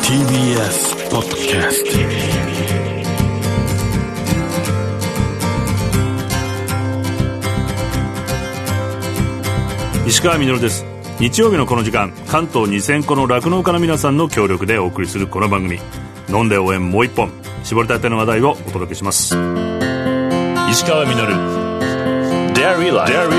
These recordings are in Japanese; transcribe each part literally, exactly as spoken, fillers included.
ティービーエス ポッドキャスト、石川みのるです。日曜日のこの時間、関東にせんこの酪農家の皆さんの協力でお送りするこの番組、飲んで応援もう一本、絞りたての話題をお届けします。石川みのる Dairy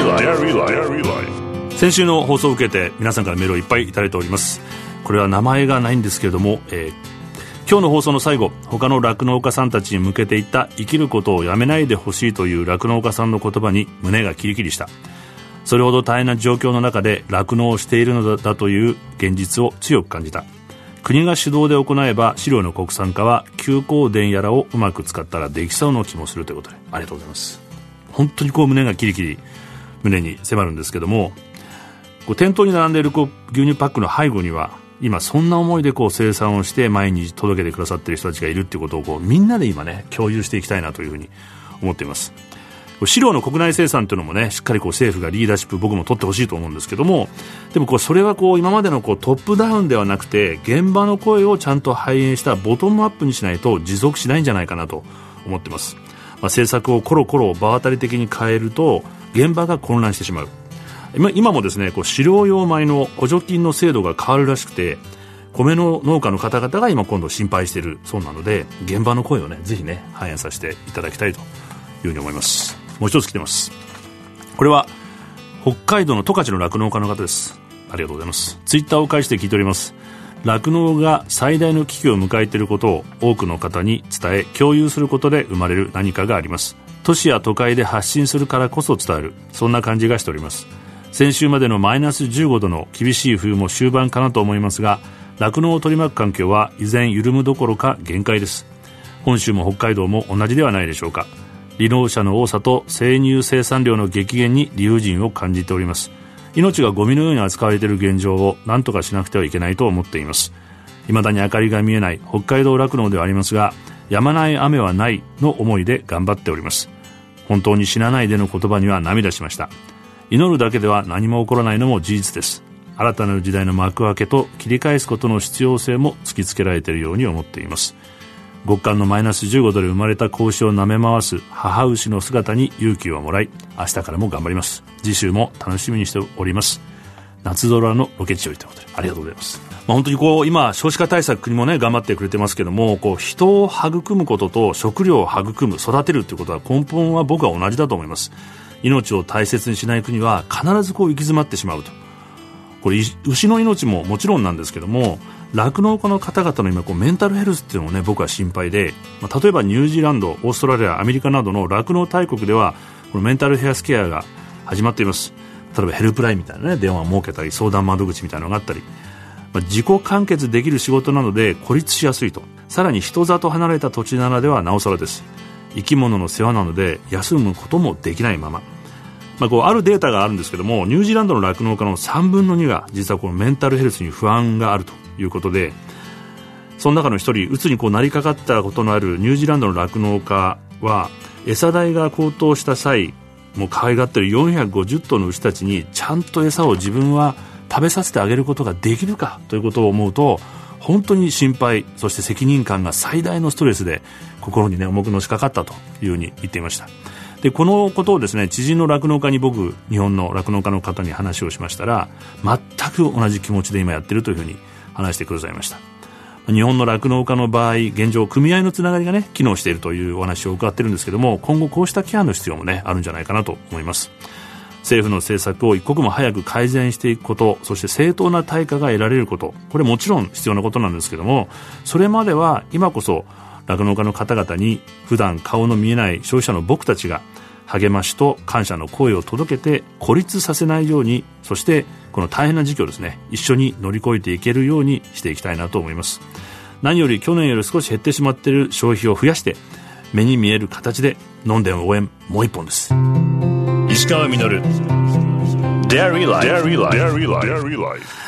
Life。 先週の放送を受けて皆さんからメールをいっぱいいただいております。これは名前がないんですけれども、えー、今日の放送の最後、他の酪農家さんたちに向けていた生きることをやめないでほしいという酪農家さんの言葉に胸がキリキリした。それほど大変な状況の中で酪農をしているのだという現実を強く感じた。国が主導で行えば飼料の国産化は休耕田やらをうまく使ったらできそうな気もするということで、ありがとうございます。本当にこう胸がキリキリ胸に迫るんですけども、こう店頭に並んでいるこう牛乳パックの背後には今そんな思いでこう生産をして毎日届けてくださっている人たちがいるっていうことをこうみんなで今ね共有していきたいなというふうに思っています。飼料の国内生産というのもね、しっかりこう政府がリーダーシップ僕も取ってほしいと思うんですけども、でもこうそれはこう今までのこうトップダウンではなくて現場の声をちゃんと反映したボトムアップにしないと持続しないんじゃないかなと思ってます。まあ、政策をコロコロ場当たり的に変えると現場が混乱してしまう。今, 今もですね、こう飼料用米の補助金の制度が変わるらしくて、米の農家の方々が今今度心配しているそうなので、現場の声をねぜひね反映させていただきたいというふうに思います。もう一つ来てます。これは北海道の十勝の酪農家の方です。ありがとうございます。ツイッターを介して聞いております。酪農が最大の危機を迎えていることを多くの方に伝え共有することで生まれる何かがあります。都市や都会で発信するからこそ伝える、そんな感じがしております。先週までのマイナスじゅうごどの厳しい冬も終盤かなと思いますが、酪農を取り巻く環境は依然緩むどころか限界です。本州も北海道も同じではないでしょうか。離農者の多さと生乳生産量の激減に理不尽を感じております。命がゴミのように扱われている現状を何とかしなくてはいけないと思っています。未だに明かりが見えない北海道酪農ではありますが、止まない雨はないの思いで頑張っております。本当に死なないでの言葉には涙しました。祈るだけでは何も起こらないのも事実です。新たなる時代の幕開けと切り返すことの必要性も突きつけられているように思っています。極寒のマイナスじゅうごどで生まれた子牛を舐め回す母牛の姿に勇気をもらい、明日からも頑張ります。次週も楽しみにしております。夏空のロケ地よりということで、ありがとうございます。まあ、本当にこう今少子化対策国もね頑張ってくれてますけども、こう人を育むことと食料を育む育てるということは根本は僕は同じだと思います。命を大切にしない国は必ずこう行き詰まってしまうと。これ牛の命ももちろんなんですけども、酪農家の方々の今こうメンタルヘルスっていうのもね僕は心配で、まあ、例えばニュージーランド、オーストラリア、アメリカなどの酪農大国ではこのメンタルヘルスケアが始まっています。例えばヘルプラインみたいなね電話を設けたり、相談窓口みたいなのがあったり、まあ、自己完結できる仕事なので孤立しやすいと。さらに人里離れた土地ならではなおさらです。生き物の世話なので休むこともできないまま、まあ、こうあるデータがあるんですけども、ニュージーランドの酪農家のさんぶんのにが実はこのメンタルヘルスに不安があるということで、その中の一人、うつにこうなりかかったことのあるニュージーランドの酪農家は、餌代が高騰した際もう可愛がっているよんひゃくごじゅっとうの牛たちにちゃんと餌を自分は食べさせてあげることができるかということを思うと本当に心配、そして責任感が最大のストレスで心に、ね、重くのしかかったというふうに言っていました。でこのことをですね、知人の酪農家に僕、日本の酪農家の方に話をしましたら、全く同じ気持ちで今やっているというふうに話してくださいました。日本の酪農家の場合、現状組合のつながりがね機能しているというお話を伺っているんですけども、今後こうしたケアの必要もねあるんじゃないかなと思います。政府の政策を一刻も早く改善していくこと、そして正当な対価が得られること、これもちろん必要なことなんですけども、それまでは今こそ酪農家の方々に普段顔の見えない消費者の僕たちが励ましと感謝の声を届けて孤立させないように、そしてこの大変な時期をですね一緒に乗り越えていけるようにしていきたいなと思います。何より去年より少し減ってしまっている消費を増やして、目に見える形で飲んで応援もう一本です。石川みのる Dairy Life。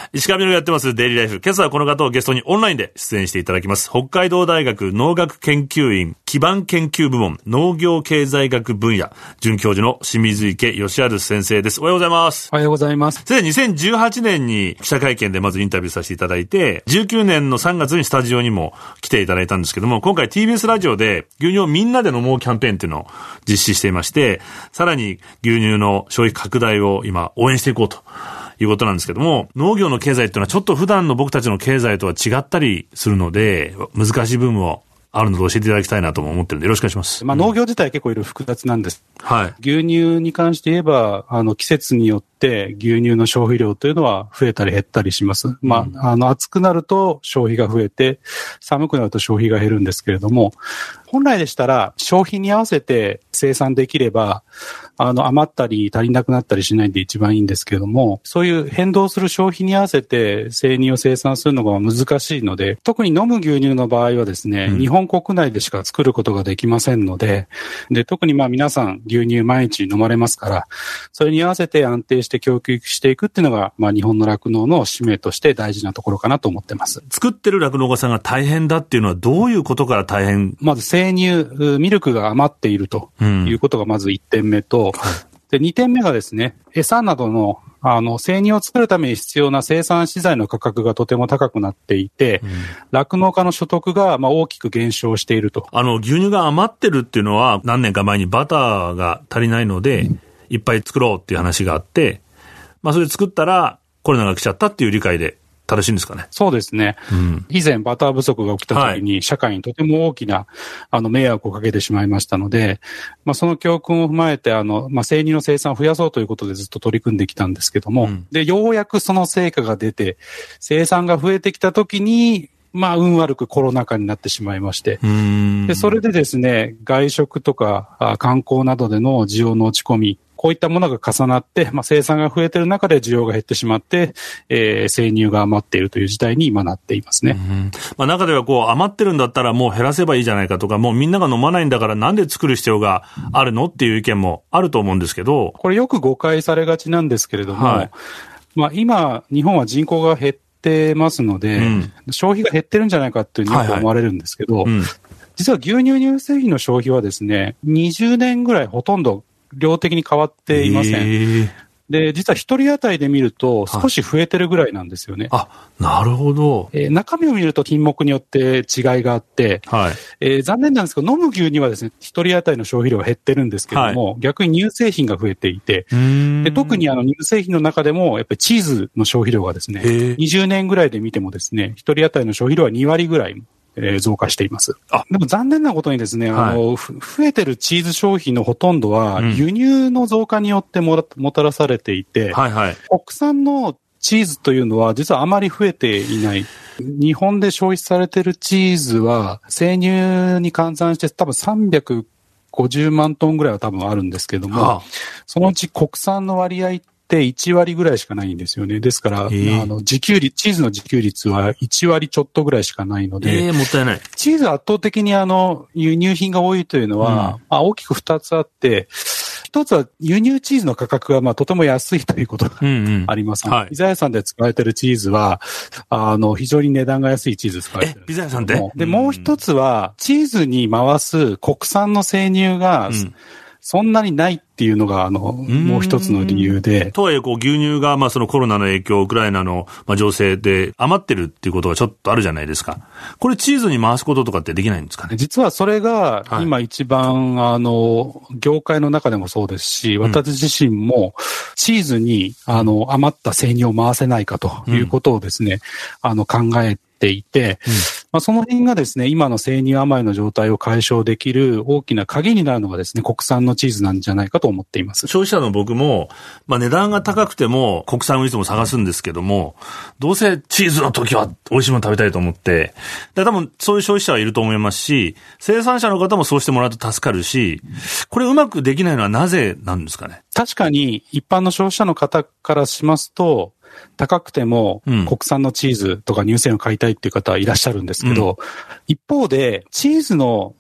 石川みのるやってますデイリーライフ。今朝はこの方をゲストにオンラインで出演していただきます。北海道大学農学研究院基盤研究部門農業経済学分野准教授の清水池義治先生です。おはようございます。 おはようございます。 先生、にせんじゅうはちねんに記者会見でまずインタビューさせていただいて、じゅうきゅうねんのさんがつにスタジオにも来ていただいたんですけども、今回 ティービーエス ラジオで牛乳をみんなで飲もうキャンペーンっていうのを実施していまして、さらに牛乳の消費拡大を今応援していこうということなんですけども、農業の経済っていうのはちょっと普段の僕たちの経済とは違ったりするので、難しい部分をあるので教えていただきたいなとも思ってるんで、よろしくお願いします。 まあ、農業自体結構いろいろ複雑なんです。 はい。 牛乳に関して言えば、あの、季節によって牛乳の消費量というのは増えたり減ったりします。まあ、あの、暑くなると消費が増えて、寒くなると消費が減るんですけれども、本来でしたら消費に合わせて生産できれば、あの、余ったり足りなくなったりしないんで一番いいんですけれども、そういう変動する消費に合わせて生乳を生産するのが難しいので、特に飲む牛乳の場合はですね、うん、日本国内でしか作ることができませんので、で、特にまあ皆さん牛乳毎日飲まれますから、それに合わせて安定して供給していくっていうのが、まあ日本の酪農の使命として大事なところかなと思ってます。 作ってる酪農家さんが大変だっていうのはどういうことから大変？ まず生乳、ミルクが余っているということがまずいってんめと、うんで、にてんめがですね、餌などの、あの、生乳を作るために必要な生産資材の価格がとても高くなっていて、酪農、うん、家の所得が、まあ、大きく減少していると。 あの、牛乳が余ってるっていうのは、何年か前にバターが足りないので、うん、いっぱい作ろうっていう話があって、まあ、それ作ったら、コロナが来ちゃったっていう理解で、正しいんですかね。 そうですね。うん、以前バター不足が起きた時に社会にとても大きなあの迷惑をかけてしまいましたので、まあその教訓を踏まえてあのまあ生乳の生産を増やそうということでずっと取り組んできたんですけども、うん、でようやくその成果が出て生産が増えてきた時にまあ運悪くコロナ禍になってしまいまして、でそれでですね外食とか観光などでの需要の落ち込み。こういったものが重なって、まあ、生産が増えている中で需要が減ってしまって、えー、生乳が余っているという事態に今なっていますね。 うんまあ、中ではこう余ってるんだったらもう減らせばいいじゃないかとか、もうみんなが飲まないんだからなんで作る必要があるのっていう意見もあると思うんですけど。 これよく誤解されがちなんですけれども、はい、まあ、今日本は人口が減ってますので、うん、消費が減ってるんじゃないかっていうふうに思われるんですけど、はいはいうん、実は牛乳乳製品の消費はですね、にじゅうねんぐらいほとんど量的に変わっていません。えー、で、実は一人当たりで見ると少し増えてるぐらいなんですよね。 あ、なるほど。 えー、中身を見ると品目によって違いがあって、はいえー、残念なんですけど、飲む牛乳はですね、一人当たりの消費量が減ってるんですけども、はい、逆に乳製品が増えていて、で特にあの乳製品の中でもやっぱりチーズの消費量がですね、にじゅうねんぐらいで見てもですね、一人当たりの消費量はにわりぐらい。えー、増加しています。あ、でも残念なことにですね、はい、あの、増えてるチーズ消費のほとんどは、輸入の増加によってもら、もたらされていて、はいはい、国産のチーズというのは実はあまり増えていない。日本で消費されているチーズは、生乳に換算して多分さんびゃくごじゅうまんトンぐらいは多分あるんですけども、はあ、そのうち国産の割合っていちわりぐらいしかないんですよね。ですから、えー、あの、自給率、チーズの自給率はいちわりちょっとぐらいしかないので、 えー、もったいない。 チーズ圧倒的にあの、輸入品が多いというのは、うんまあ、大きくふたつあって、一つは輸入チーズの価格がまあとても安いということがあります。うんうんはい、ピザ屋さんで使われているチーズは、あの、非常に値段が安いチーズ使われている。 え、ピザ屋さんで？ で、もう一つは、チーズに回す国産の生乳が、うんそんなにないっていうのが、あの、もう一つの理由で。 とはいえ、こう、牛乳が、まあ、そのコロナの影響、ウクライナの、まあ、情勢で余ってるっていうことがちょっとあるじゃないですか。これ、チーズに回すこととかってできないんですかね？ 実はそれが、今一番、はい、あの、業界の中でもそうですし、私自身も、チーズに、あの、余った生乳を回せないかということをですね、うん、あの、考えていて、うんまあ、その辺がですね、今の生乳余りの状態を解消できる大きな鍵になるのがですね、国産のチーズなんじゃないかと思っています。 消費者の僕も、まあ値段が高くても国産をいつも探すんですけども、どうせチーズの時は美味しいもの食べたいと思って、で多分そういう消費者はいると思いますし、生産者の方もそうしてもらうと助かるし、これうまくできないのはなぜなんですかね？ 確かに一般の消費者の方からしますと、高くても国産のチーズとか乳製品を買いたいっていう方はいらっしゃるんですけど、うん、一方でチーズの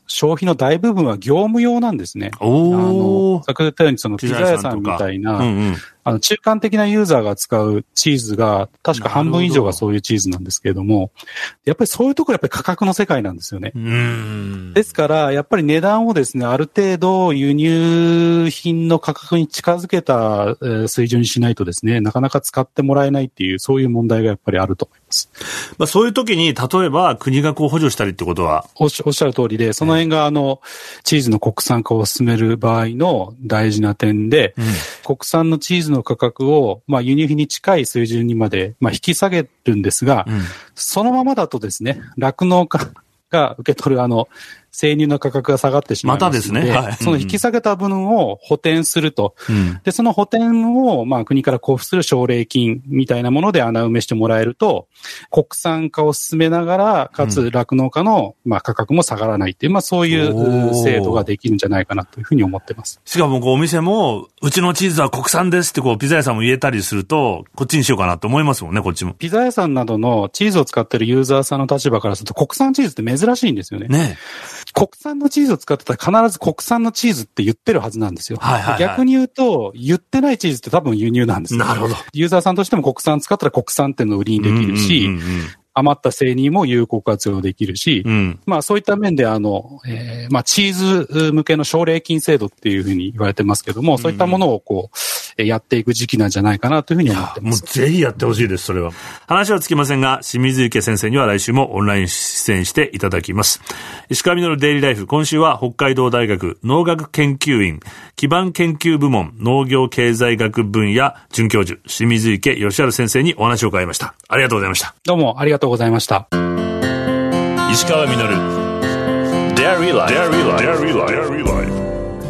消費の大部分は業務用なんですね。 おあの、先ほど言ったようにそのピザ屋さんみたいな、うんうん、あの中間的なユーザーが使うチーズが確か半分以上がそういうチーズなんですけれども、やっぱりそういうところやっぱり価格の世界なんですよね。 うーんですからやっぱり値段をですね、ある程度輸入品の価格に近づけた水準にしないとですね、なかなか使ってもらえないっていうそういう問題がやっぱりあると思います。 まあそういう時に例えば国がこう補助したりってことはおっしゃる通りで、その辺があのチーズの国産化を進める場合の大事な点で、うん、国産のチーズの価格をまあ輸入品に近い水準にまでまあ引き下げるんですが、うん、そのままだとですね、酪農家が受け取るあの生乳の価格が下がってしまいますので、またですね、はい、その引き下げた分を補填すると、うん、でその補填をまあ国から交付する奨励金みたいなもので穴埋めしてもらえると、国産化を進めながらかつ酪農家のまあ価格も下がらないっていう、まあそういう制度ができるんじゃないかなというふうに思ってます。 しかもこうお店もうちのチーズは国産ですってこうピザ屋さんも言えたりすると、こっちにしようかなと思いますもんね、こっちも。 ピザ屋さんなどのチーズを使っているユーザーさんの立場からすると国産チーズって珍しいんですよね。 ね。 国産のチーズを使ってたら必ず国産のチーズって言ってるはずなんですよ。 はいはいはい、 逆に言うと、言ってないチーズって多分輸入なんですよ。 なるほど。 ユーザーさんとしても国産使ったら国産っていうのを売りにできるし、うんうんうんうん、余った生乳も有効活用できるし、うん、まあそういった面であの、えー、まあチーズ向けの奨励金制度っていうふうに言われてますけども、うん、そういったものをこう、やっていく時期なんじゃないかなというふうに思ってます。 もうぜひやってほしいです、それは。話はつきませんが、清水池先生には来週もオンライン出演していただきます。石川稔デイリーライフ、今週は北海道大学農学研究院基盤研究部門農業経済学分野准教授、清水池義治先生にお話を伺いました。ありがとうございました。 どうもありがとうございました。 石川稔デイリーライフ、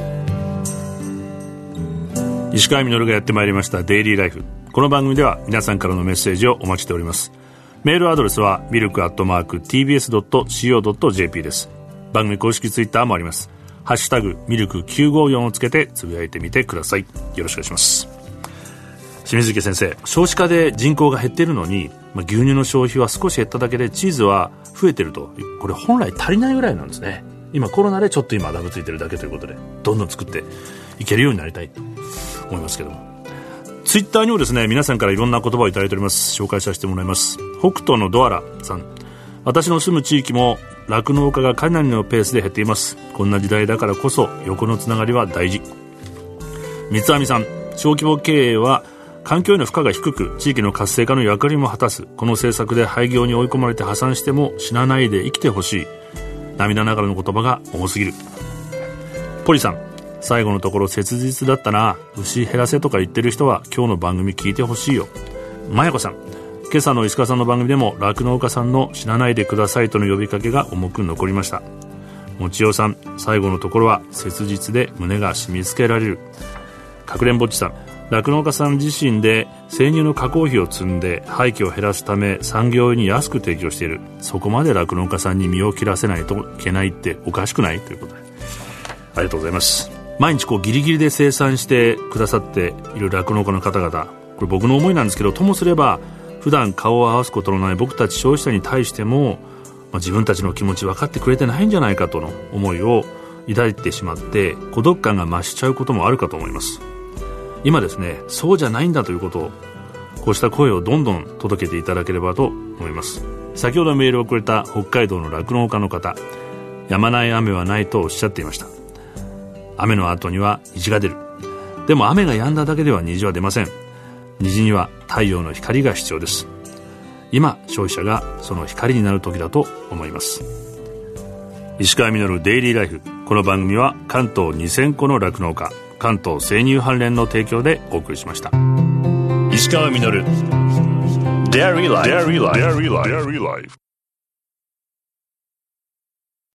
石川稔がやってまいりましたデイリーライフ。この番組では皆さんからのメッセージをお待ちしております。メールアドレスはミルクアットマーク ティービーエスドットシーオードットジェーピー です。番組公式ツイッターもあります。ハッシュタグミルクきゅうごよんをつけてつぶやいてみてください。よろしくお願いします。清水池先生、少子化で人口が減っているのに、まあ、牛乳の消費は少し減っただけでチーズは増えてると、これ本来足りないぐらいなんですね。今コロナでちょっと今ダブついてるだけということで、どんどん作っていけるようになりたいと思いますけども、ツイッターにもですね、皆さんからいろんな言葉をいただいております。紹介させてもらいます。北斗のドアラさん、私の住む地域も酪農家がかなりのペースで減っています。こんな時代だからこそ横のつながりは大事。三つ編みさん、小規模経営は環境への負荷が低く地域の活性化の役割も果たす。この政策で廃業に追い込まれて破産しても死なないで生きてほしい。涙ながらの言葉が重すぎる。ポリさん、最後のところ切実だったな。牛減らせとか言ってる人は今日の番組聞いてほしいよ。まやこさん、今朝の石川さんの番組でも酪農家さんの死なないでくださいとの呼びかけが重く残りました。もちおさん、最後のところは切実で胸が締め付けられる。かくれんぼっちさん、酪農家さん自身で生乳の加工費を積んで廃棄を減らすため産業に安く提供している。そこまで酪農家さんに身を切らせないといけないっておかしくない？ということでありがとうございます。毎日こうギリギリで生産してくださっている酪農家の方々、これ僕の思いなんですけど、ともすれば普段顔を合わすことのない僕たち消費者に対しても、まあ、自分たちの気持ち分かってくれてないんじゃないかとの思いを抱いてしまって孤独感が増しちゃうこともあるかと思います。今ですね、そうじゃないんだということを、こうした声をどんどん届けていただければと思います。先ほどメールをくれた北海道の酪農家の方、止まない雨はないとおっしゃっていました。雨の後には虹が出る。でも雨が止んだだけでは虹は出ません。虹には太陽の光が必要です。今消費者がその光になる時だと思います。石川稔デイリーライフ、この番組は関東にせんこの酪農家関東生乳関連の提供でお送りしました。石川稔デイリーライフ